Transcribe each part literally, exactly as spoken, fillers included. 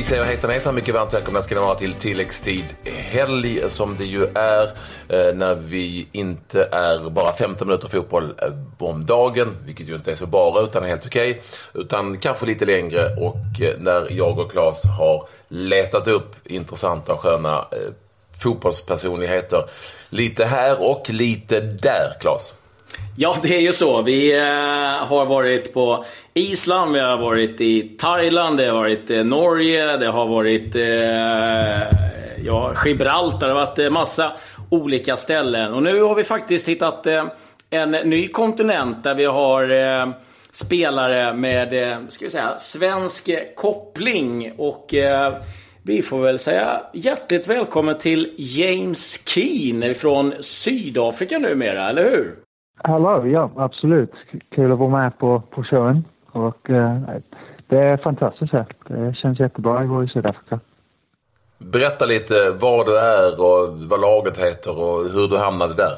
säger hejsan hejsan, mycket varmt välkomna ska ni vara till tilläggstid helg som det ju är eh, när vi inte är bara femton minuter fotboll eh, om dagen, vilket ju inte är så bara utan är helt okej, utan kanske lite längre, och eh, när jag och Claes har letat upp intressanta och sköna eh, fotbollspersonligheter lite här och lite där, Claes. Ja, det är ju så. Vi eh, har varit på Island, vi har varit i Thailand, det har varit eh, Norge, det har varit eh, ja, Gibraltar, det har varit eh, massa olika ställen. Och nu har vi faktiskt hittat eh, en ny kontinent där vi har eh, spelare med eh, ska vi säga, svensk koppling. Och eh, vi får väl säga hjärtligt välkommen till James Keane från Sydafrika numera, eller hur? Hallå, ja, absolut. Kul att vara med på, på showen. Och eh, det är fantastiskt här. Det känns jättebra att vara i Sydafrika. Berätta lite var du är och vad laget heter och hur du hamnade där.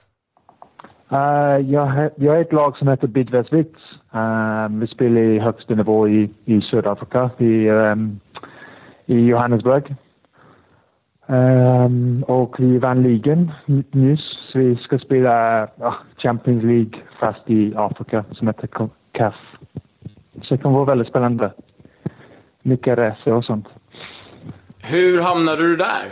Uh, jag, jag är ett lag som heter Bidvest Wits. Uh, vi spelar i högsta nivå i, i Sydafrika, i, um, i Johannesburg. Um, och vi vann ligan nyss. Vi ska spela uh, Champions League fast i Afrika som heter C A F. Så det kan vara väldigt spännande. Mycket resor och sånt. Hur hamnade du där?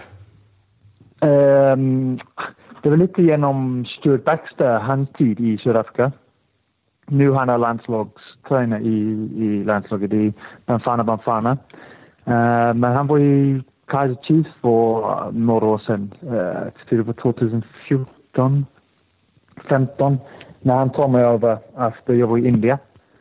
Um, det var lite genom Stuart Baxter, hans tid i Sydafrika. Nu han är landslagstränare i, i landslaget i Bafana Bafana. Uh, men han var i Kaiser Chiefs för några år sedan. Uh, det var tjugohundrafjorton femton när han tog mig över efter jag var i Indien.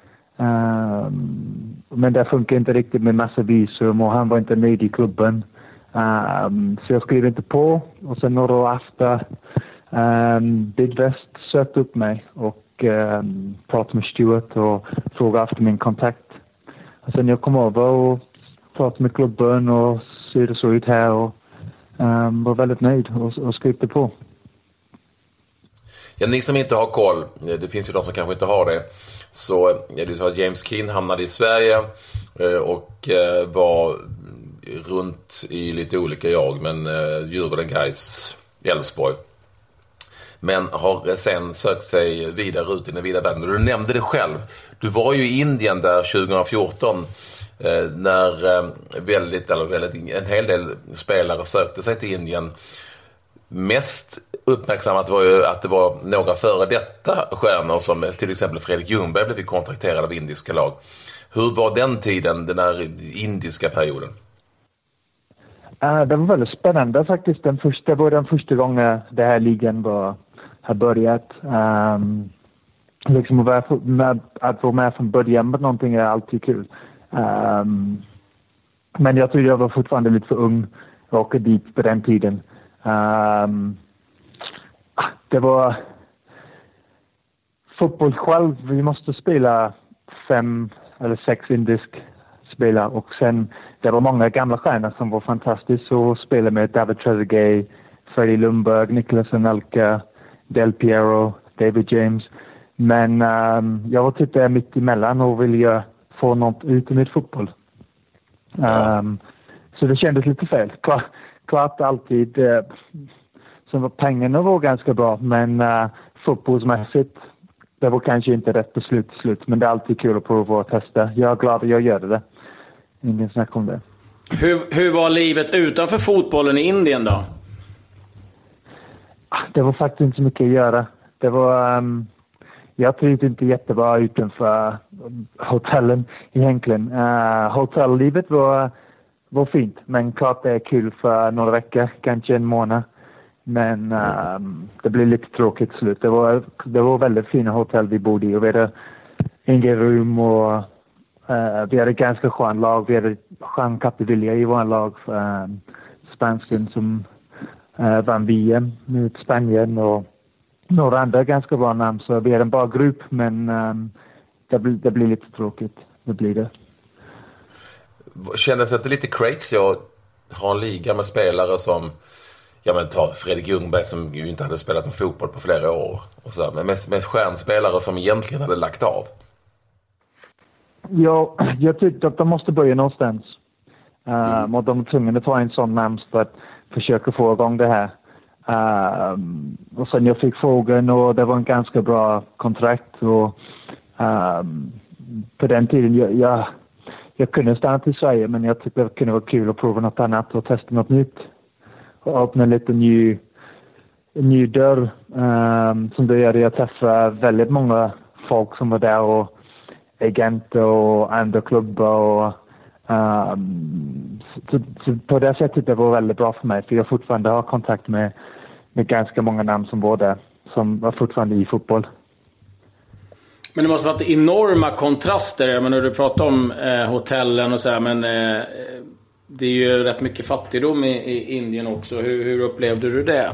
Um, men det funkar inte riktigt med massa visum och han var inte nöjd i klubben. Um, så jag skrev inte på, och sen några år efter um, Bidvest sökte upp mig och um, pratade med Stuart och frågade efter min kontakt. Och sen jag kom över och pratade med klubben och ser det så ut här och um, var väldigt nöjd och, och skrev det på. Ja, ni som inte har koll, det finns ju de som kanske inte har det, så är det så att James Keane hamnade i Sverige och var runt i lite olika jag, men Djurgården, Gais, Elfsborg. Men har sen sökt sig vidare ut i den vida världen. Du nämnde det själv. Du var ju i Indien där tjugohundrafjorton när väldigt, eller väldigt, en hel del spelare sökte sig till Indien. Mest uppmärksammat var ju att det var några före detta stjärnor som till exempel Fredrik Ljungberg blev kontrakterad av indiska lag. Hur var den tiden, den här indiska perioden? Uh, det var väldigt spännande faktiskt. Den första, det var den första gången den här ligan var, har börjat. Um, liksom att vara, med, att vara med från början med någonting är alltid kul. Um, men jag tror jag var fortfarande lite för ung att åka dit på den tiden. Um, det var fotboll själv. Vi måste spela fem eller sex indisk spelare, och sen det var många gamla stjärnor som var fantastiskt att spela med. David Trezeguet, Freddie Lundberg, Nicolas Anelka, Del Piero, David James. Men um, jag var typ där mitt emellan och ville få något ut i mitt fotboll. Um, så det kändes lite fel. Klart, klart alltid uh, så pengarna var ganska bra, men uh, fotbollsmässigt det var kanske inte rätt beslut till slut, men det är alltid kul att prova och testa. Jag är glad att jag gör det. Ingen snack om det. Hur, hur var livet utanför fotbollen i Indien då? Det var faktiskt inte så mycket att göra. Det var, um, jag trivdes inte jättebra utanför hotellen egentligen. Uh, hotelllivet var, var fint, men klart det är kul för några veckor, kanske en månad. Men um, det blev lite tråkigt slut. Det var, det var väldigt fina hotell vi bodde i, och vi hade ingen rum och uh, vi hade ganska skön lag. Vi hade Jean Capdevila i vår lag, um, spansken som uh, vann V M mot Spanien och några andra ganska bra namn. Så vi hade en bra grupp, men um, det, blir, det blir lite tråkigt. Det blir det. Kändes det lite crazy att ha en liga med spelare som, ja men ta Fredrik Ljungberg som ju inte hade spelat med fotboll på flera år och så, men med, med stjärnspelare som egentligen hade lagt av? Ja, jag tyckte att de måste börja någonstans. Um, och de är tvungna att ta en sån namn för att försöka få igång det här. Um, och sen jag fick frågan och det var en ganska bra kontrakt. Och, um, på den tiden, jag, jag, jag kunde stanna till Sverige, men jag tyckte det kunde vara kul att prova något annat och testa något nytt. Och öppna lite ny, ny dörr. Um, som det gjorde, jag träffade väldigt många folk som var där och agenter och andra klubbar. Och, um, så, så på det sättet det var väldigt bra för mig, för jag fortfarande har kontakt med, med ganska många namn som var där, som var fortfarande i fotboll. Men det måste ha varit enorma kontraster. Jag menar, du pratar om eh, hotellen och så här, men eh, det är ju rätt mycket fattigdom i, i Indien också. Hur, hur upplevde du det?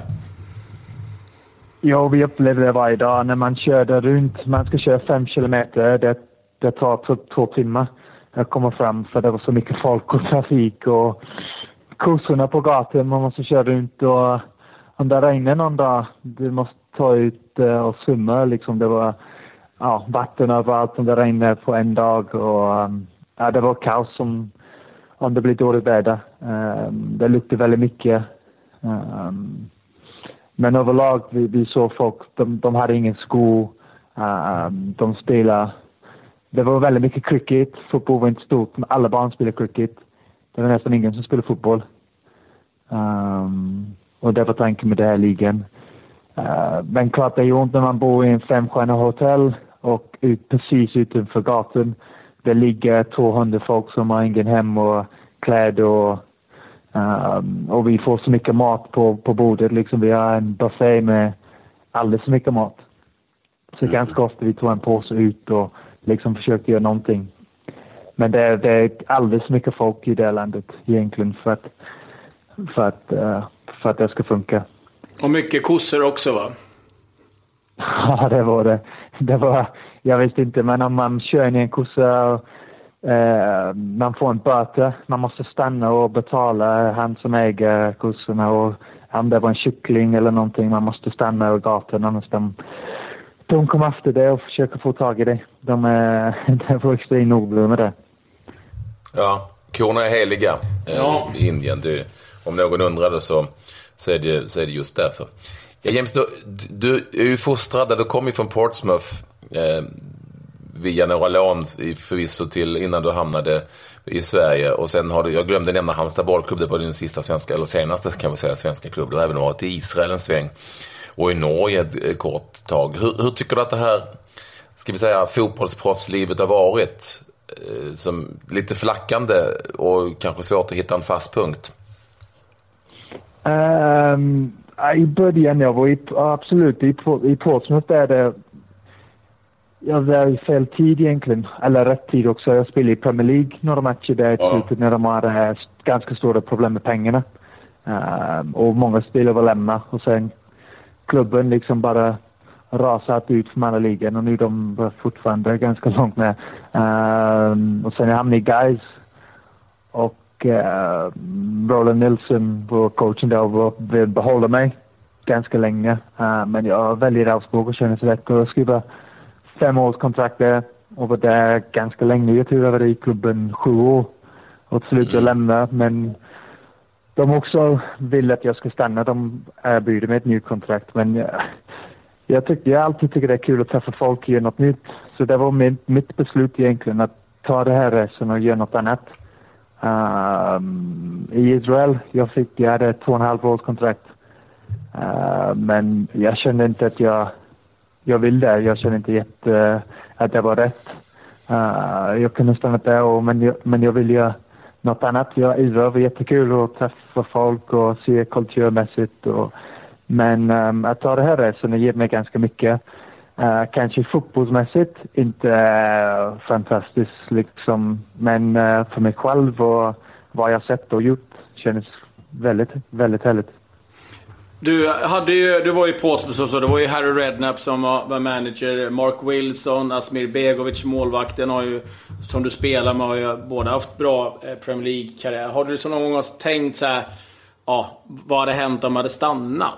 Ja, vi upplevde det varje dag när man körde runt. Man ska köra fem kilometer. Det, det tar två, två timmar att komma fram, för det var så mycket folk och trafik och kurserna på gatan. Man måste köra runt, och om det regnar någon dag, du måste ta ut och svimma. Liksom det var ja, vatten överallt om det regnade på en dag. Och, ja, det var kaos som, om det blir dåligt väder. Um, det luktade väldigt mycket. Um, men överlag, vi, vi såg folk, de, de hade ingen sko. Um, de spelade. Det var väldigt mycket cricket. Fotboll var inte stort, men alla barn spelade cricket. Det var nästan ingen som spelade fotboll. Um, och det var tanken med den här ligan. Uh, men klart det är ju ont när man bor i en femstjärnig hotell och ut, precis utanför gatan. Det ligger tvåhundra folk som har ingen hem och kläder, och, um, och vi får så mycket mat på, på bordet. Liksom vi har en buffé med alldeles så mycket mat. Så ganska ofta vi tog en påse ut och liksom försökte göra någonting. Men det är, det är alldeles mycket folk i det landet egentligen för att, för att, uh, för att det ska funka. Och mycket kossor också, va? Ja, det var det. Det var, jag visste inte, men om man kör in i en kossa, eh, man får en böter. Man måste stanna och betala han som äger kossorna. Och om det var en kyckling eller någonting, man måste stanna och gatan. Annars de, de kom efter det och försöker få tag i det. De är, det var extremt noga med det. Ja, korna är heliga eh, ja. i Indien. Det, om någon undrade så, så, är det, så är det just därför. Ja, James, du, du är ju fostrad, du kom ju från Portsmouth eh, via några lån förvisso till innan du hamnade i Sverige, och sen har du, jag glömde nämna Halmstad bollklubb, det var din sista svenska, eller senaste kan vi säga, svenska klubb. Du har även varit i Israel en sväng och i Norge ett kort tag. Hur, hur tycker du att det här, ska vi säga, fotbollsproffslivet har varit eh, som lite flackande och kanske svårt att hitta en fast punkt? Um... I början, jag var i, absolut i, i Portsmouth där det, jag var i fel tid egentligen, eller rätt tid också. Jag spelade i Premier League några matcher där i ja. slutet när de hade ganska stora problem med pengarna. Um, och många spelare var lämna, och sen klubben liksom bara rasat ut från alla ligan, och nu de var fortfarande ganska långt med. Um, och sen jag hamnade i Guys, och Uh, Roland Nilsson, vår coachen där, vill behålla mig ganska länge. Uh, men jag väljer Augsburg och känner sig rätt. Jag skriver fem års kontrakt där och var där ganska länge. Jag tror jag var i klubben sju år och till slut jag lämnade. Men de också vill att jag ska stanna. De erbjuder mig ett nytt kontrakt. Men jag, jag, tyckte, jag alltid tycker det är kul att träffa folk och göra något nytt. Så det var mitt, mitt beslut egentligen, att ta det här resan och göra något annat. Um, I Israel, jag fick, jag hade två och en halv års kontrakt. Uh, men jag kände inte att jag, jag vill det. Jag kände inte jätte, uh, att det var rätt. Uh, jag kunde stanna där, och, men, jag, men jag vill göra något annat. Jag, Israel var jättekul att träffa folk och se kulturmässigt. Och, men um, att ta det här resan ger mig ganska mycket. Uh, kanske fotbollsmässigt inte uh, fantastiskt liksom, men uh, för mig själv och vad jag sett och gjort känns väldigt, väldigt härligt. Du, hade ju, du var ju på så det var ju Harry Redknapp som var, var manager, Mark Wilson, Asmir Begovic, målvakten, har ju, som du spelar med, har ju båda haft bra eh, Premier League-karriär. Har du så någon gång tänkt så här, ja, vad hade hänt om man hade stannat?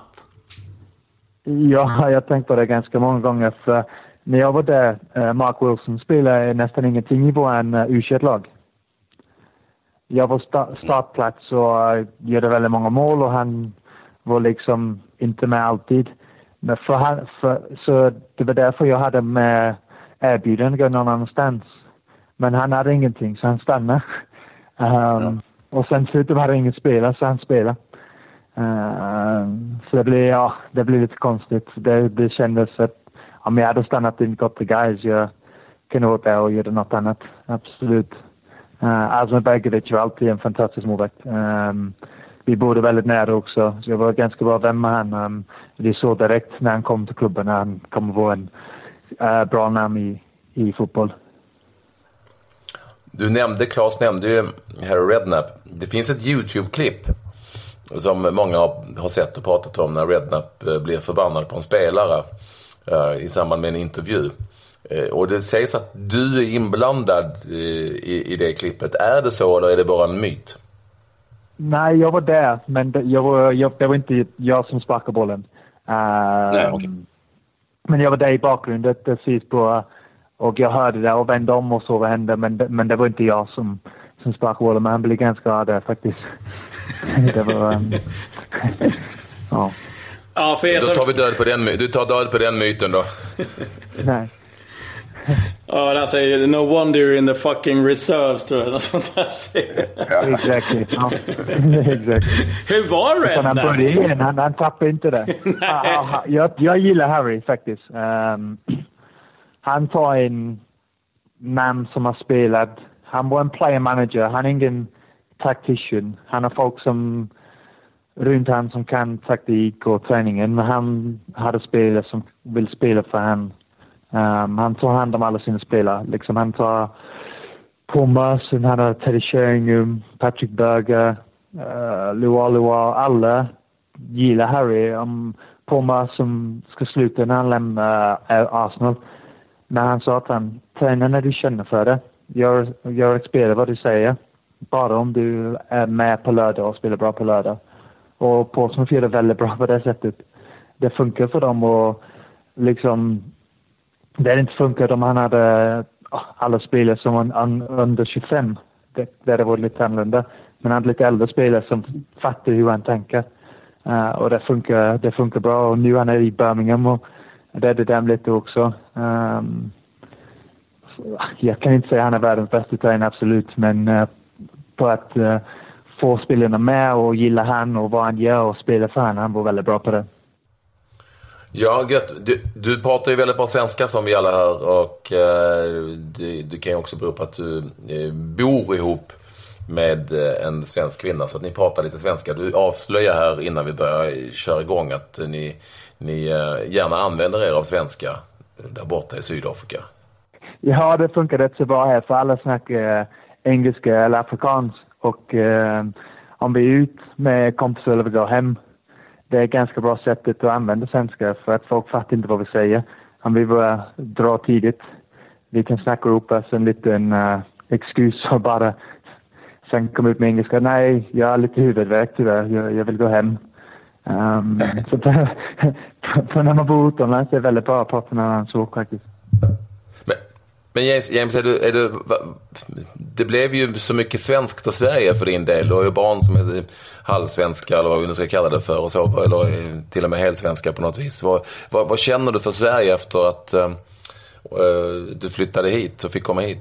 Ja, jag tänkte på det ganska många gånger. För när jag var där, Mark Wilson spelade nästan ingenting i vår U tjugoett-lag. jag var sta- startplats och gjorde väldigt många mål och han var liksom inte med alltid. Men för han, för, så det var därför jag hade med erbjudande att gå någon annanstans. Men han hade ingenting så han stannade. Um, ja. Och sen slutet hade ingen spelare så han spelade. Uh, så det blev, ja, det blev lite konstigt. Det, det kändes att om jag hade stannat in gott till guys jag kunde åka där och göra något annat. Absolut. Uh, Asmir Begovic var alltid en fantastisk målvakt. Um, vi bodde väldigt nära också. Så jag var ganska bra vän med han. Um, det såg direkt när han kom till klubben. När han kommer vara en uh, bra namn i, i fotboll. Du nämnde, Claes nämnde ju Harry Redknapp. Det finns ett YouTube-klipp som många har, har sett och pratat om när Redknapp blir förbannad på en spelare uh, i samband med en intervju. Uh, och det sägs att du är inblandad uh, i, i det klippet. Är det så eller är det bara en myt? Nej, jag var där, men det, jag var, jag, det var inte jag som sparkade bollen. Uh, Nej, okay. Men jag var där i bakgrunden precis på, och jag hörde det och vände om och så vad hände, men, men det var inte jag som, som sparkade bollen, men han blev ganska rad där faktiskt. Det var... Um, ja. Ja, för er då tar vi död på den, du tar död på den myten då. Nej. Ja, där säger no wonder you're in the fucking reserves tror jag. Något sånt där säger. Exakt. Ja. Exactly. Hur var det? Han började igen, han, han tappade inte det. ah, jag, jag gillar Harry faktiskt. Um, han tar en man som har spelat. Han var en player manager. Han är ingen tactician. Han har folk som runt han som kan taktik och träningen. Men han hade spelare som vill spela för han. Um, han tar hand om alla sina spelare. Liksom, han tar Thomas, han hade Teddy Sheringham, Patrick Berger, uh, Lua Lua. Alla gillar Harry. Um, Thomas som ska sluta när han lämnar uh, Arsenal. När han sa att han tränar när du känner för det. Gör, gör ett spel vad du säger. Bara om du är med på lördag och spelar bra på lördag. Och Portsmouth gör det väldigt bra på det sättet. Det funkar för dem och liksom det hade inte funkat om han hade alla spelare som var under tjugofem. Det, det var lite annorlunda. Men han hade lite äldre spelare som fattar hur han tänker. Uh, och det funkar, det funkar bra. Och nu han är i Birmingham och det är det där lite också. Um, jag kan inte säga att han är världens bästa tränare, absolut. Men uh, på att uh, få spelarna med och gilla han och vad han gör och spela för han. Han var väldigt bra på det. Ja, gött. Du, du pratar ju väldigt bra svenska som vi alla hör och eh, det, det kan ju också bero på att du eh, bor ihop med eh, en svensk kvinna så att ni pratar lite svenska. Du avslöjar här innan vi börjar köra igång att ni, ni eh, gärna använder er av svenska där borta i Sydafrika. Ja, det funkar rätt så bra här för alla snackar eh, engelska eller afrikans och eh, om vi är ut med kompisar eller vi går hem. Det är ganska bra sättet att använda svenska för att folk fattar inte vad vi säger. Om vi bara drar tidigt, vi kan snacka ihop oss en liten uh, exkus och bara sen komma ut med engelska. Nej, jag har lite huvudvärk tyvärr, jag, jag vill gå hem. Um, så för, för när man bor utomlands är det väldigt bra att prata med annan så faktiskt. Men, men James, James är du, är du, det blev ju så mycket svenskt och Sverige för din del. Du har ju barn som är halvsvenska eller vad vi nu ska kalla det för och så, eller till och med helsvenska på något vis. Vad, vad, vad känner du för Sverige efter att uh, du flyttade hit och fick komma hit?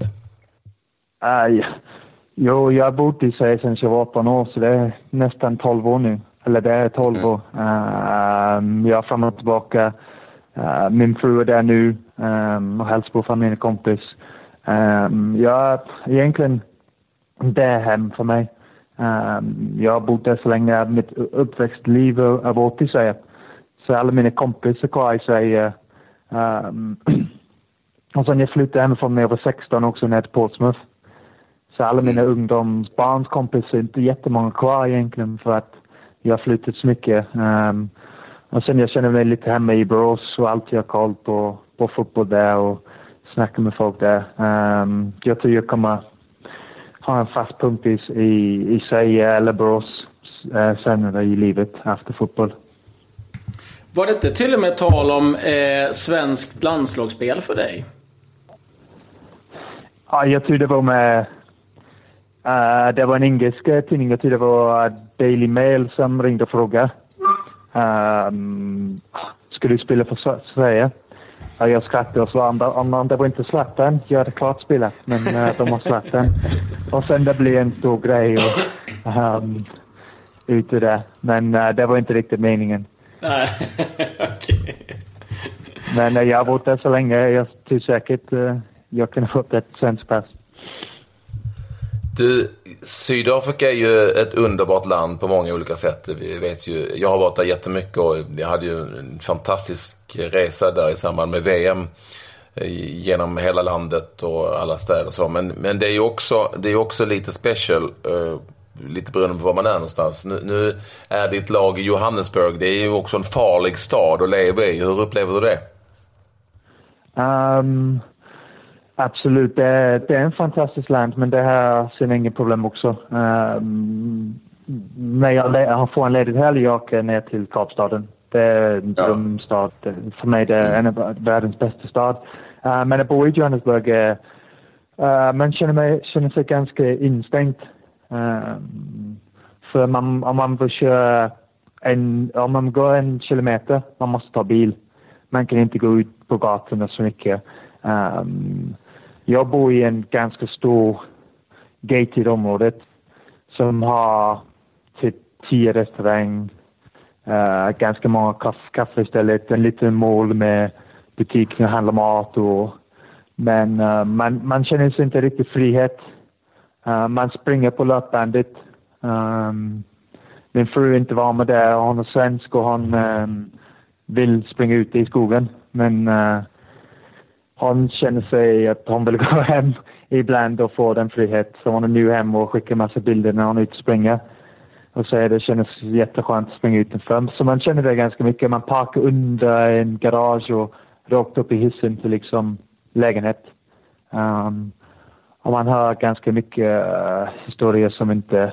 Uh, jo, jag har bott i Sverige sedan jag var arton år så det är nästan tolv år nu. Eller det är tolv mm. år. Uh, jag är fram och tillbaka. Uh, min fru är där nu um, och hälsar på familjen och kompis. Um, jag egentligen det är hem för mig. Um, jag har bott där så länge mitt uppväxtliv har varit i Sverige. Så alla mina kompisar kvar i Sverige. Um, och sen jag flyttade hemifrån när jag var sexton också ner till Portsmouth. Så alla mina mm. ungdomsbarns kompisar är inte jättemånga kvar egentligen för att jag har flyttat så mycket. Um, och sen jag känner mig lite hemma i Borås och alltid har koll på, på fotboll där och snackar med folk där. Um, jag tror jag kommer ha en fast punkt i, i, i Sverige eller Borås uh, senare i livet efter fotboll. Var det inte till och med tal om eh, svenskt landslagsspel för dig? Ja, jag tror det var med Uh, det var en engelsk tidning, jag tror det var Daily Mail som ringde och frågade. Um, skulle du spela för Sverige? Ja, jag skrattade och svarade om, om det var inte Zlatan, jag hade klart spelat, men uh, de har Zlatan. Och sen det blev en stor grej och, um, ut ur det. Men uh, det var inte riktigt meningen. Nej, okej. Men uh, jag har varit där så länge, jag tror säkert uh, jag kan få ett svensk pass. Du, Sydafrika är ju ett underbart land på många olika sätt. Vi vet ju, jag har varit där jättemycket och jag hade ju en fantastisk resa där i samband med V M genom hela landet och alla städer och så. Men, men det är ju också, det är också lite special, uh, lite beroende på var man är någonstans. Nu, nu är ditt lag i Johannesburg, det är ju också en farlig stad att leva i. Hur upplever du det? Um... Absolut, det är, det är en fantastisk land, men det här ser inga problem också. Um, när jag, jag får en ledig helg, jag åker ner till Kapstaden. Det är en ja. drömstad. För mig det är en av världens bästa stad. Uh, men att bo i Johannesburg, uh, man känner, mig, känner sig ganska instängt. Uh, för man, om man vill köra en, om man går en kilometer, man måste ta bil. Man kan inte gå ut på gatorna så mycket. Um, jag bor i en ganska stor gated område som har typ tio restaurang, uh, ganska många kaff- kaffestället, en liten mål med butiker och handlar mat. Och, men uh, man, man känner sig inte riktigt frihet. Uh, man springer på löpbandet. Um, min fru är inte van med det. Hon är svensk och hon um, vill springa ut i skogen. Men uh, hon känner sig att hon vill gå hem ibland och få den frihet. Så hon är nu hem och skickar massa bilder när hon är ute och springer. Och säger det känns jätteskönt att springa utanför. Så man känner det ganska mycket. Man parkar under en garage och rakt upp i hissen till liksom lägenhet. Um, och man hör ganska mycket uh, historier som inte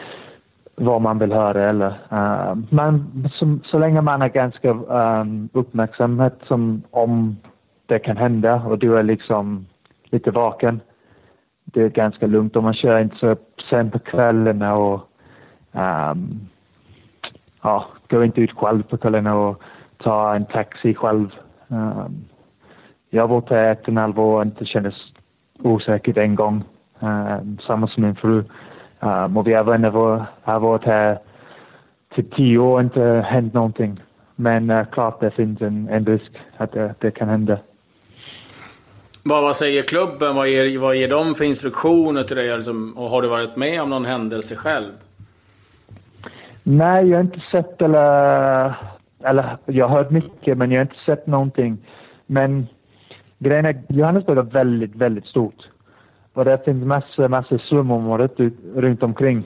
vad man vill höra eller. Uh, man, som, så länge man är ganska um, uppmärksamhet som om det kan hända och du är liksom lite vaken. Det är ganska lugnt och man kör inte så sen på kvällen och um, ja, går inte ut själv på kvällen och tar en taxi själv. Um, jag har varit här ett och en halv år och inte kändes osäkert en gång. Um, samma som min fru. Um, och vi har vänner var, har varit här till tio år och inte hänt någonting. Men uh, klart det finns en, en risk att det, det kan hända. Vad, vad säger klubben? Vad ger, vad ger de för instruktioner till dig? Liksom, och har du varit med om någon händelse själv? Nej, jag har inte sett eller... Eller jag har hört mycket, men jag har inte sett någonting. Men grejen är Johannesburg är väldigt, väldigt stort. Och det finns massor, massor slumområdet runt omkring.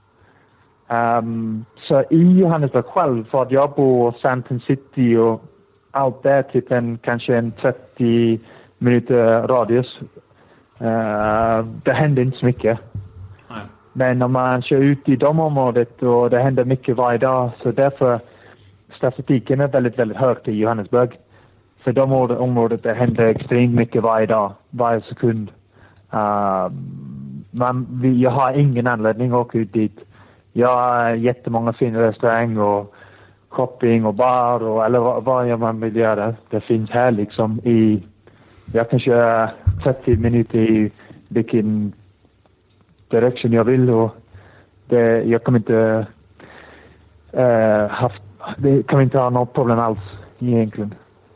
Um, så i Johannesburg själv, för att jag bor i Sandton City och allt där, typ en, kanske en trettio minuter radius. Uh, det händer inte så mycket. Nej. Men om man kör ut i de området och det händer mycket varje dag, så därför statistiken är väldigt, väldigt högt i Johannesburg. För de området det händer extremt mycket varje dag, varje sekund. Uh, man, vi, jag har ingen anledning att åka ut dit. Jag har jättemånga fina restauranger och shopping och bar och eller vad, vad man vill göra. Det finns här liksom i... Jag kan köra trettio minuter i vilken direction jag vill och det, jag kommer inte uh, haft, det kommer inte ha något problem alls egentligen.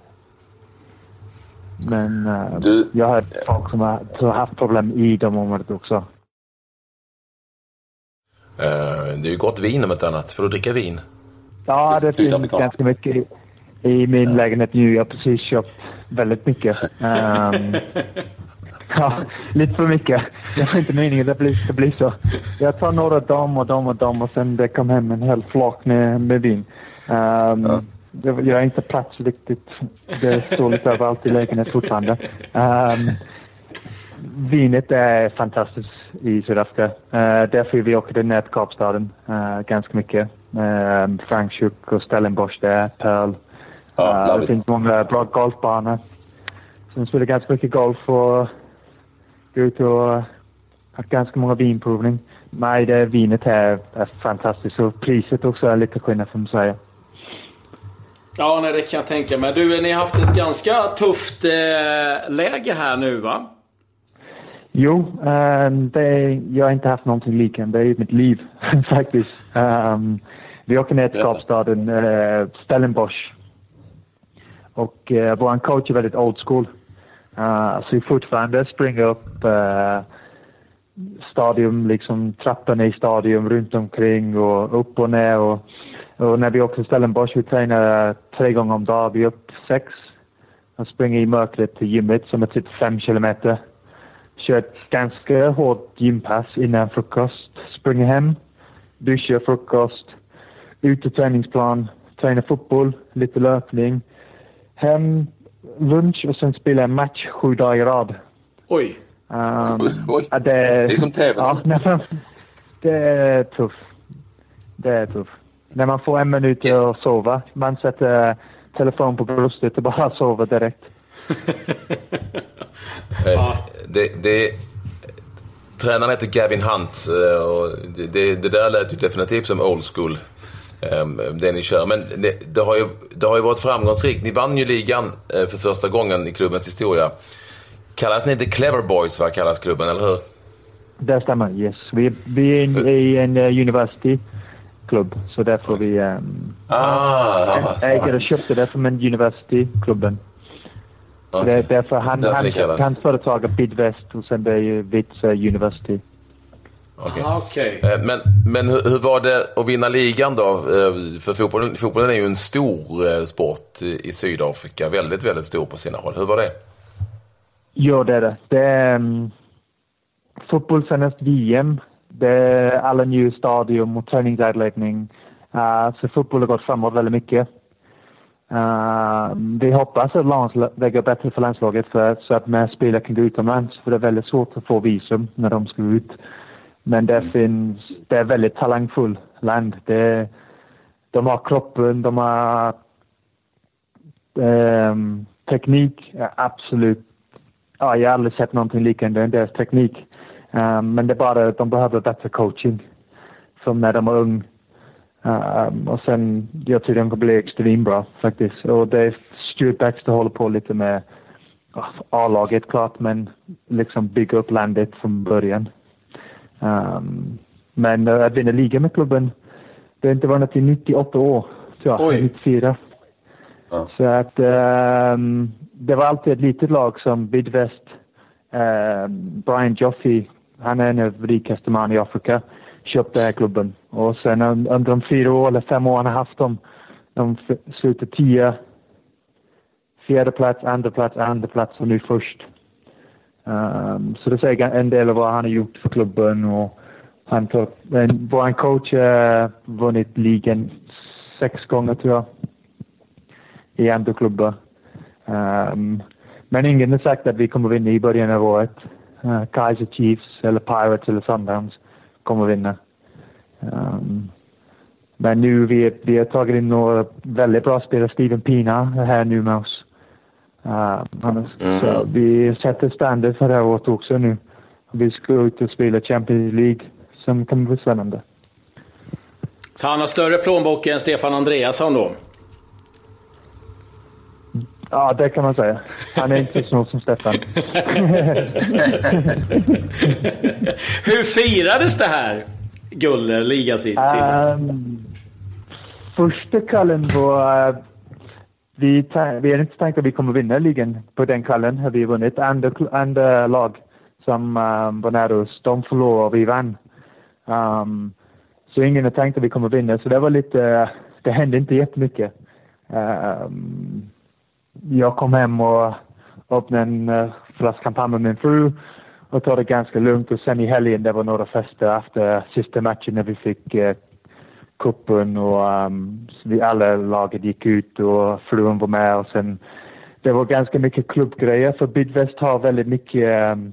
Men uh, du, jag har hört folk som har, som har haft problem i de området också. Uh, det är ju gott vin om ett annat. Får du dricka vin? Ja, det finns ganska mycket i, i min ja. lägenhet nu. Jag har precis köpt väldigt mycket. Um, ja, lite för mycket. Det var inte meningen att det blir, det blir så. Jag tar några dam och dam och dam och sen det kom hem en hel flak med, med vin. Um, ja. Jag har inte plats riktigt. Det står lite överallt i lägenheten fortfarande. Um, vinet är fantastiskt i Sydafrika. Uh, därför vi åkte ner till Kapstaden uh, ganska mycket. Uh, Franschhoek och Stellenbosch där, Pearl. Ja, uh, det finns många bra golfbanor. Så vi spelar ganska mycket golf och gå ut och haft ganska många vinprovning. Nej, det vinet här är fantastiskt och priset också är lite skillnad för mig. Ja, nej, det kan jag tänka mig. Du, ni har haft ett ganska tufft eh, läge här nu, va? Jo, um, det, jag har inte haft någonting liknande i mitt liv faktiskt. Um, vi åker ner till Kapstaden, uh, Stellenbosch. Och uh, vår coach är väldigt old school. Uh, så vi fortfarande springer upp uh, stadion, liksom trapporna i stadion runt omkring och upp och ner. Och, och när vi åker till Stellenbosch, vi tränar tre gånger om dagen. Vi är upp sex och springer i mörkret till gymmet som är typ fem kilometer. Kör ett ganska hårt gympass innan frukost. Springer hem, duschar, frukost, ut till träningsplan, tränar fotboll, lite löpning. Hem, lunch och sen spelar en match sju dagar i rad. Oj. Um, Oj. Det, det är som tävling. Ja, nej, det är tufft. Det är tufft. När man får en minut att sova, man sätter telefon på bröstet och bara sover direkt. Ja. Det, det, tränaren heter Gavin Hunt och det, det, det där lät ju definitivt som old school, det ni kör. Men det, det, har ju, det har ju varit framgångsrikt. Ni vann ju ligan för första gången i klubbens historia. Kallas ni The Clever Boys, vad kallas klubben, eller hur? Det stämmer, yes. Vi, vi är i en uh, university-klubb, så därför vi um, ah, äger och köpte det som en university-klubben. Okay. Det är därför han, därför han, hans företag är Bidvest och sen det är ju Wits uh, University. Okay. Ah, okay. Men, men hur, hur var det att vinna ligan då? För fotbollen, fotbollen är ju en stor sport i Sydafrika. Väldigt, väldigt stor på sina håll. Hur var det? Ja, det är det. Det är um, fotboll senast V M. Det är alla nya stadion och träningsanläggning. Uh, så fotboll har gått framåt väldigt mycket. Uh, vi hoppas att lands- det går bättre för landslaget för, så att mer spelare kan gå utomlands. För det är väldigt svårt att få visum när de ska ut. Men det finns, det är väldigt talangfull land. Det, de har kroppen, de har um, teknik, absolut. Ja, jag har aldrig sett någonting liknande än deras teknik. Um, men det är bara att de behöver bättre coaching. Som när de är ung. Um, och sen, jag tror de kommer bli extremt bra faktiskt. Och det är Stuart Baxter håller på lite med uh, A-laget klart, men liksom bygga upp landet från början. Um, men uh, att vinna liga med klubben, det har inte varit i nittioåtta år. Så, nittiofyra. Ja. Så att um, det var alltid ett litet lag som Bidvest, uh, Brian Joffe, han är en av de rikaste man i Afrika, köpte den här klubben. Och sen under de fyra år eller fem år han har haft dem, de slutade tio, fjärde plats, andra plats, andra plats och nu först. Um, så det säger en del av vad han har gjort för klubben. Och han tar, en, vår coach har uh, vunnit ligan sex gånger tror jag i andra klubbar. Um, men ingen har sagt att vi kommer vinna i början av året. Uh, Kaiser Chiefs eller Pirates eller Sundowns kommer vinna. Um, men nu vi, vi har tagit in några väldigt bra spelare. Steven Pina här nu med oss. Uh, mm. Så vi sätter standard för det här året också nu. Vi ska ut och spela Champions League som kan bli spännande. Så han har större plånbok än Stefan Andreasson då? Ja, det kan man säga. Han är inte så snål som Stefan. Hur firades det här guld, ligatiteln? Um, första kvällen var... Uh, vi, ta- vi har inte tänkt att vi kommer vinna ligan. På den kvällen har vi vunnit. Andra, andra lag som um, var nära oss, de förlorade och vi vann. Um, så ingen har tänkt att vi kommer vinna. Så det var lite... Uh, det hände inte jättemycket. Um, jag kom hem och öppnade en uh, flaska champagne med min fru och tog det ganska lugnt. Och sen i helgen det var några fester efter sista matchen när vi fick uh, kuppen och um, vi alla laget gick ut och frun var med. Och sen det var ganska mycket klubbgrejer för Bidvest har väldigt mycket um,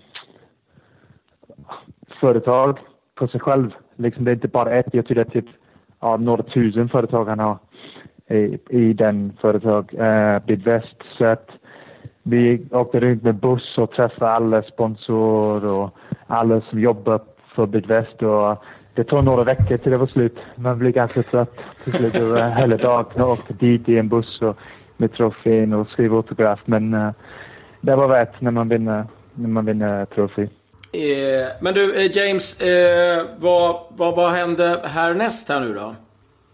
företag på sig själv. Liksom det är inte bara ett, jag tror det är typ ja, några tusen företag han har i, i den företag uh, Bidvest. Så att vi åkte runt med buss och träffade alla sponsorer och alla som jobbar för Bidvest. Och det tog några veckor till det var slut. Man blev ganska trött till slut. Det var hela dagen. Jag åkte dit i en buss och med trofén och skrev autograf. Men uh, det var värt när man vinner, när man vinner trofé. Eh, men du, eh, James, eh, vad, vad, vad hände härnäst här nu då?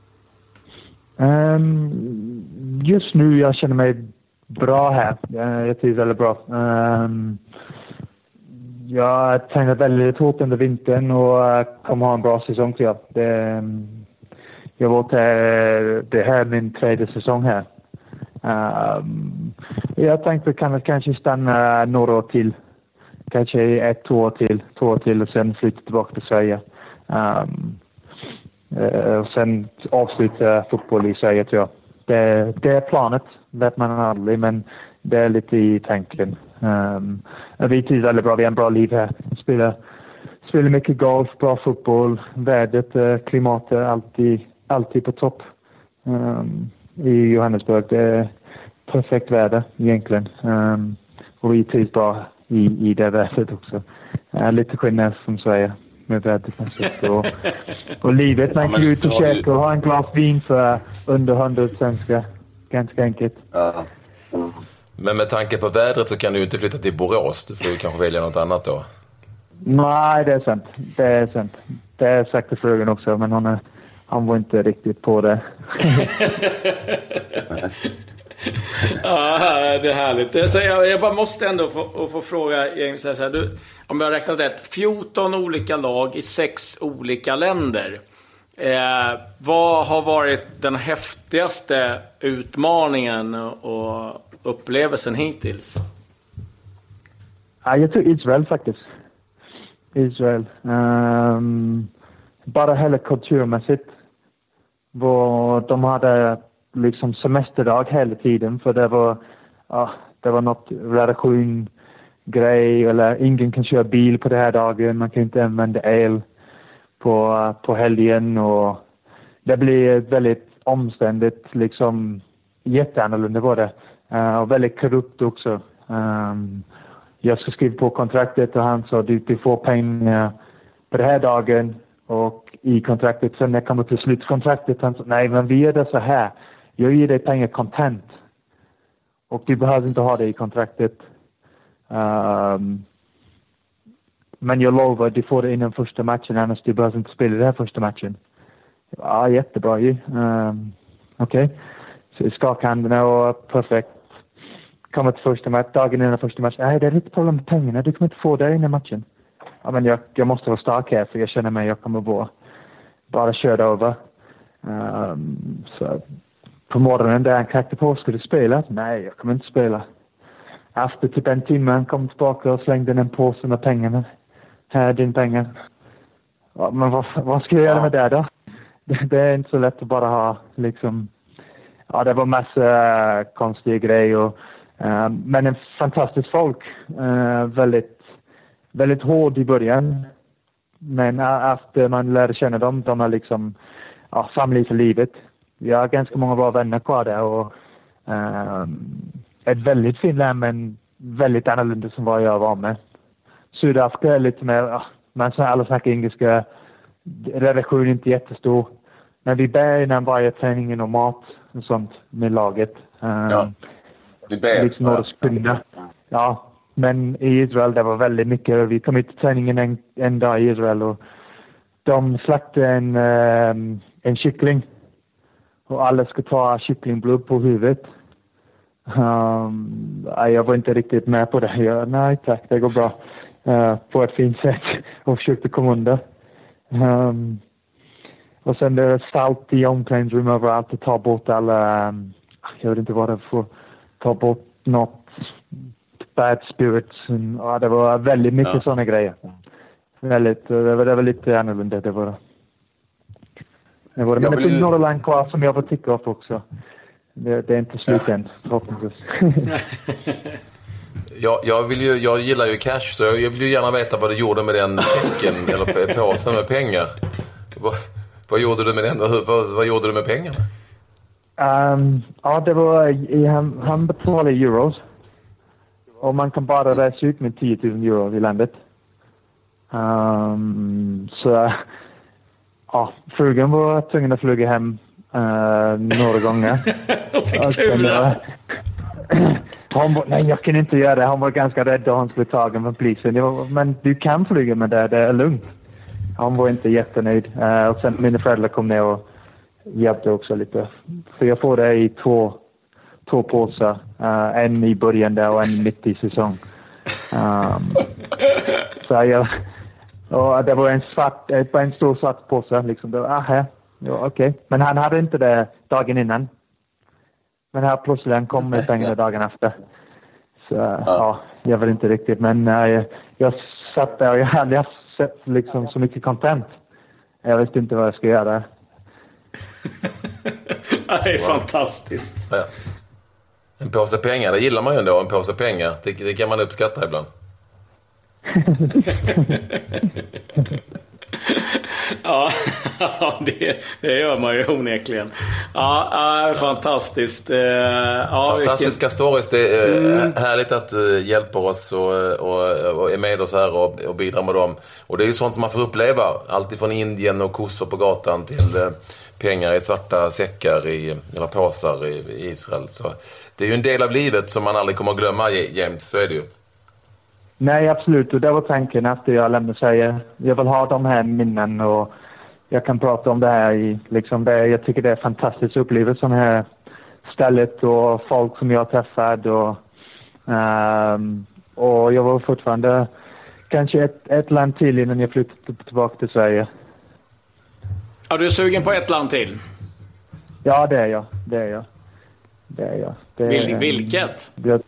Um, just nu jag känner mig bra här. Uh, jag trivs väldigt bra. Um, jag har tränat väldigt hårt under vintern och kommer ha en bra säsong tror jag. Det, um, jag var till, det här är min tredje säsong här. Um, jag tänkte kan kanske stanna några år till. Kanske ett år till, två år till och sen flytta tillbaka till Sverige. Um, uh, och sen avsluta fotboll i Sverige tror jag. Det, det är planet, vet man aldrig, men det är lite i tanken. Um, vi trivs väldigt bra, vi har en bra liv här. Spelar, spelar mycket golf, bra fotboll, vädret, uh, klimatet, alltid, alltid på topp. Um, I Johannesburg, det är perfekt väder egentligen. Um, och vi trivs bra i, i det vädret också. Uh, lite skillnad som Sverige med vädret. Och, och livet, man kan ja, ut och käka och ha en glas vin för under hundra svenska. Ganska enkelt. Ja. Men med tanke på vädret så kan du ju inte flytta till Borås. Du får ju kanske välja något annat då. Nej, det är sant. Det är sant. Det är sagt till frugan också, men hon, är, han var inte riktigt på det. Ja, det är härligt. Så jag, jag bara måste ändå få, få fråga James här, så här, du, om jag har räknat rätt, fjorton olika lag i sex olika länder. Eh, vad har varit den häftigaste utmaningen och upplevelsen hittills? Ja, jag tror Israel faktiskt. Israel. Um, bara hela kulturmässigt. Var de hade liksom semesterdag hela tiden för det var, ja, det var något redaktion grej eller ingen kan köra bil på den här dagen. Man kan inte använda el på, på helgen och det blir väldigt omständigt liksom jätteannorlunda var det. Uh, och väldigt korrupt också. Um, jag ska skriva på kontraktet och han sa du, du får pengar på den här dagen och i kontraktet sen när jag kommer till slutkontraktet han sa nej men vi gör det så här. Jag ger dig pengar kontant och du behöver inte ha det i kontraktet. Um, men jag lovar du får det innan första matchen annars du behöver inte spela den här första matchen. Ja, jättebra ju. Um, Okej. Okay. Så skakhandarna och perfekt. Kommer till första matchen, dagen innan första matchen. Nej, det är lite problem med pengarna. Du kommer inte få det innan matchen. Ja, men jag, jag måste vara stark här för jag känner mig jag kommer vara bara köra över. Um, så på morgonen där han knackade på skulle du spela? Nej, jag kommer inte spela. Efter typ en timme han kom tillbaka och slängde en påse med pengarna. Här är din pengar. Ja, men vad, vad ska jag göra med det då? Det, det är inte så lätt att bara ha liksom. Ja, det var massa konstiga grejer. Och, uh, men en fantastisk folk. Uh, väldigt, väldigt hård i början. Men uh, efter man lär känna dem, de är liksom ja, familj för livet. Vi har ganska många bra vänner kvar där. Och, uh, ett väldigt fint land, men väldigt annorlunda som vad jag var med. Sydafrika är lite mer, uh, man säger alla snackar engelska. Redaktionen är inte jättestor. Men vi bär innan varje träning och mat och sånt med laget. Uh, ja, vi bär. Liksom några sekunder. Ja, men i Israel det var väldigt mycket. Vi kom ut till träningen en, en dag i Israel och de slaktade en, um, en kyckling. Och alla ska ta kycklingblod på huvudet. Um, jag var inte riktigt med på det. Jag, nej tack, det går bra. Uh, på ett fint sätt. Och försökte komma under. Um, Och sen det är salt i omklädningsrum överallt och ta bort alla, um, jag vet inte vad det är för, ta bort något bad spirits. Och, ja, det var väldigt mycket ja. Sådana grejer. Väldigt, det var, det var lite annorlunda det var det. Det var det. Men det finns några land kvar som jag får tycka upp också. Det, det är inte slut ja. Än, förhoppningsvis. jag, jag, vill ju, jag gillar ju cash så jag vill ju gärna veta vad du gjorde med den säcken eller påsen med pengar. Vad, vad gjorde du med den? Vad, vad gjorde du med pengarna? Um, ja, det var i, han, han betalade euros. Och man kan bara resa ut med tio tusen euro i landet. Um, så ja, frugan var tvungen att flyga hem uh, några gånger. Och fick tura. Hon var, nej, jag kan inte göra det. Hon var ganska rädd att hon skulle tagen från polisen. Jag var, men du kan flyga med det, det är lugnt. Hon var inte jättenöjd. Uh, och sen mina föräldrar kom ner och hjälpte också lite. För jag får det i två, två påsar. Uh, en i början där och en mitt i säsong. Um, så jag... Och det var en svart, en stor svart påse liksom. Det var, aha, ja, okej. Okay. Men han hade inte det dagen innan. Men här plötsligt kom med pengarna dagen efter. Så ja, ja jag vet inte riktigt. Men äh, jag satt där och jag hade jag sett liksom så mycket content. Jag visste inte vad jag skulle göra. Det är fantastiskt. Ja. En påse pengar, det gillar man ju ändå. En påse pengar, det, det kan man uppskatta ibland. Ja, det, det gör man ju onekligen. Ja, fantastiskt. Ja, fantastiska vilken... stories. Det är mm. härligt att du hjälper oss och, och, och är med oss här och, och bidrar med dem. Och det är ju sånt som man får uppleva. Allt ifrån Indien och kossor på gatan till pengar i svarta säckar i, eller påsar i, i Israel. Så det är ju en del av livet som man aldrig kommer att glömma, James. Så är det ju. Nej, absolut. Och det var tanken efter jag lämnade Sverige. Jag vill ha de här minnen och jag kan prata om det här i liksom det. Jag tycker det är fantastiskt upplevelse som här stället och folk som jag träffat och um, och jag var fortfarande kanske ett, ett land till innan jag flyttade tillbaka till Sverige. Ja, du är sugen på ett land till? Ja, det är jag. Det är jag. Det är jag. Det är, Vil, vilket? Det,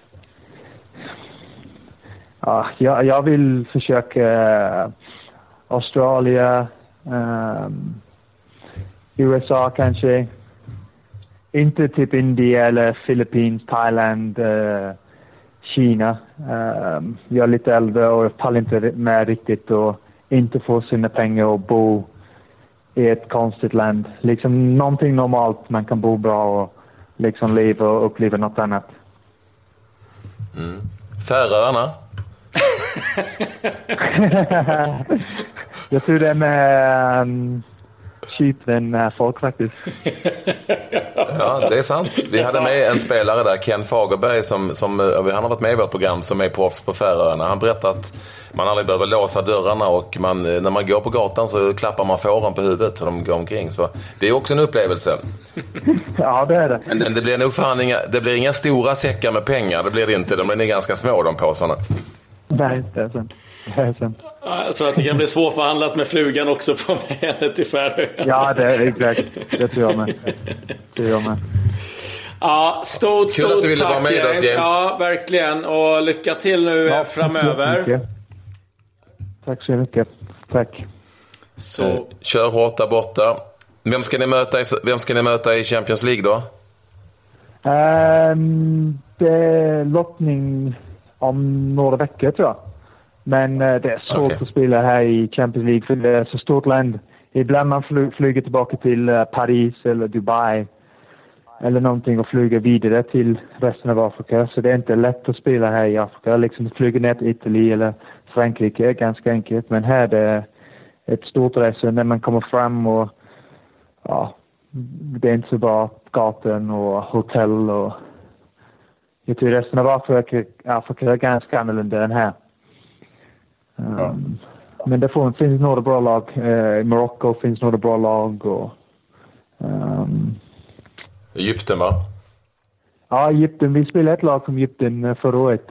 Ja, jag, jag vill försöka uh, Australien, um, U S A kanske. Inte typ Indien eller Philippines, Thailand, uh, Kina. Um, jag är lite äldre och jag pallar inte med riktigt och inte få sina pengar och bo i ett konstigt land. Liksom någonting normalt, man kan bo bra och liksom leva och uppleva något annat. Mm. Färöarna? Jag tror det är med um, Cypern folk faktiskt. Ja, det är sant. Vi hade med en spelare där, Ken Fagerberg, som, som han har varit med i vårt program, som är proffs på Färöarna. Han berättade att man aldrig behöver låsa dörrarna och man, när man går på gatan så klappar man fåren på huvudet för de går omkring. Så det är också en upplevelse. Ja, det är det. Men det blir nog fan inga, det blir inga stora säckar med pengar. Det blir det inte. De blir ganska små, de påsarna. Nej, det är sant. Det är sant. Jag tror att det kan bli svårförhandlat med flugan också från henne till Färöarna. Ja, det är exakt. Det tror jag med. Det tror jag med. Ja, stort, Kul stort att du ville tack, vara med James. oss, James. Ja, verkligen. Och lycka till nu ja, framöver. Tack så mycket. Tack. Så. Kör hårt där borta. Vem ska ni möta i, vem ska ni möta i Champions League då? Um, det är lottning om några veckor tror jag. Men uh, det är svårt okay. att spela här i Champions League för det är så stort land. Ibland man fly- flyger tillbaka till uh, Paris eller Dubai eller någonting och flyger vidare till resten av Afrika. Så det är inte lätt att spela här i Afrika. Liksom flyga ner till Italien eller Frankrike är ganska enkelt. Men här är det ett stort resa när man kommer fram och ja, det är inte så bra gatan och hotell och jag tror resten av Afrika, Afrika är ganska annorlunda än här. Um, ja. Men det får, finns några bra lag. Uh, I Marocko finns några bra lag och um, Egypten va? Ja, Egypten. Vi spelade ett lag som Egypten förra året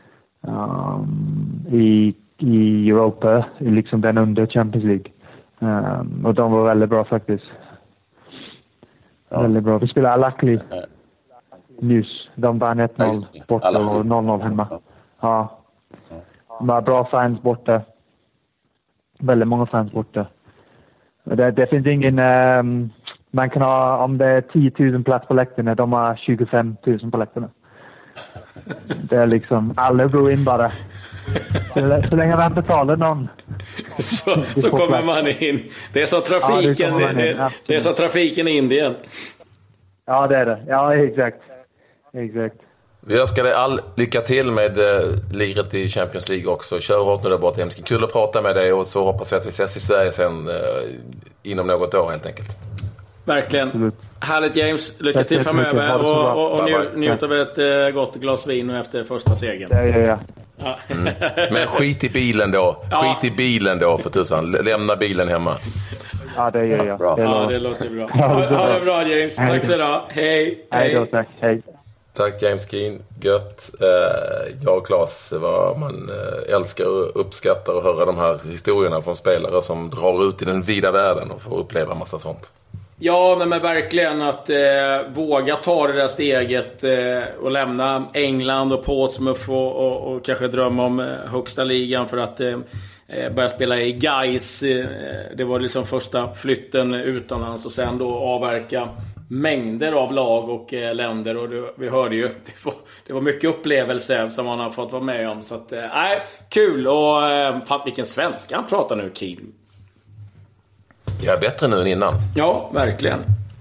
um, i, i Europa, liksom den under Champions League. Um, och de var väldigt bra faktiskt. Ja. Väldigt bra. Vi spelade Al-Akli nyss. De vann ett noll borta och noll noll hemma. Ja. De har bra fans borta. Väldigt många fans borta. Det, det finns ingen... Um, man kan ha, om det är tio tusen plats på läktarna, de har tjugofem tusen på läktarna. Det är liksom, alla går in bara. Så, så länge man betalar någon. Så, så kommer plats. Man in. Det är så trafiken, ja, det, det, det är så trafiken i Indien. Ja, det är det. Ja, exakt. Exakt. Vi önskar dig all lycka till med eh, liret i Champions League också. Kör hårt nu där borta. Hemskt kul att prata med dig och så hoppas vi att vi ses i Sverige sen eh, inom något år helt enkelt. Verkligen. Absolut. Härligt James. Lycka till framöver och, och, och njut, njut av ett eh, gott glas vin nu efter första segern. Ja, ja, ja. Ja. Mm. Men skit i bilen då. Skit ja. i bilen då för tusan. Lämna bilen hemma. Ja, det gör jag. Bra. Ja, det låter bra. Ha, ha det bra James. Tack så då. Hej. Hej då, tack. Hej. Tack James Keen. Gött. Jag och Claes, vad man älskar och uppskattar att höra de här historierna från spelare som drar ut i den vida världen och får uppleva massa sånt. Ja, men, men verkligen att eh, våga ta det där steget eh, och lämna England och Portsmouth och, och, och kanske drömma om eh, högsta ligan för att eh, börja spela i Gais. Eh, det var liksom första flytten utomlands och sen då avverka mängder av lag och eh, länder och det, vi hörde ju det var, det var mycket upplevelse som man har fått vara med om så att, eh, kul och eh, fan vilken svenska han pratar nu, Kim. Jag är bättre nu än innan. Ja, verkligen.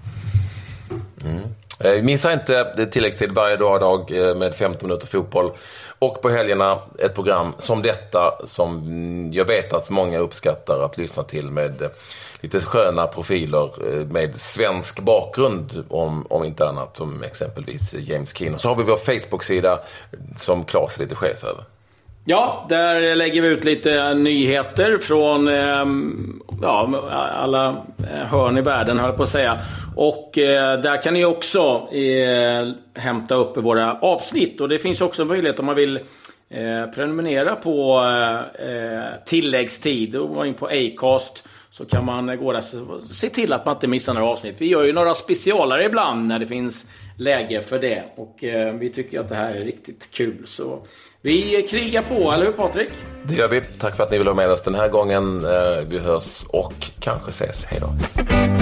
Mm. Missa inte tilläggstid varje dag, dag med femton minuter fotboll. Och på helgerna ett program som detta som jag vet att många uppskattar att lyssna till med lite sköna profiler med svensk bakgrund om, om inte annat som exempelvis James Keen. Och så har vi vår Facebook-sida som Claes är lite chef över. Ja, där lägger vi ut lite nyheter från eh, ja, alla hörn i världen, höll jag på att säga. Och eh, där kan ni också eh, hämta upp våra avsnitt. Och det finns också möjlighet om man vill eh, prenumerera på eh, tilläggstid och gå in på Acast. Så kan man gå där och se till att man inte missar några avsnitt. Vi gör ju några specialare ibland när det finns läge för det. Och eh, vi tycker att det här är riktigt kul. Så vi krigar på, eller hur Patrik? Det gör vi. Tack för att ni vill vara med oss den här gången. Vi hörs och kanske ses. Hej då.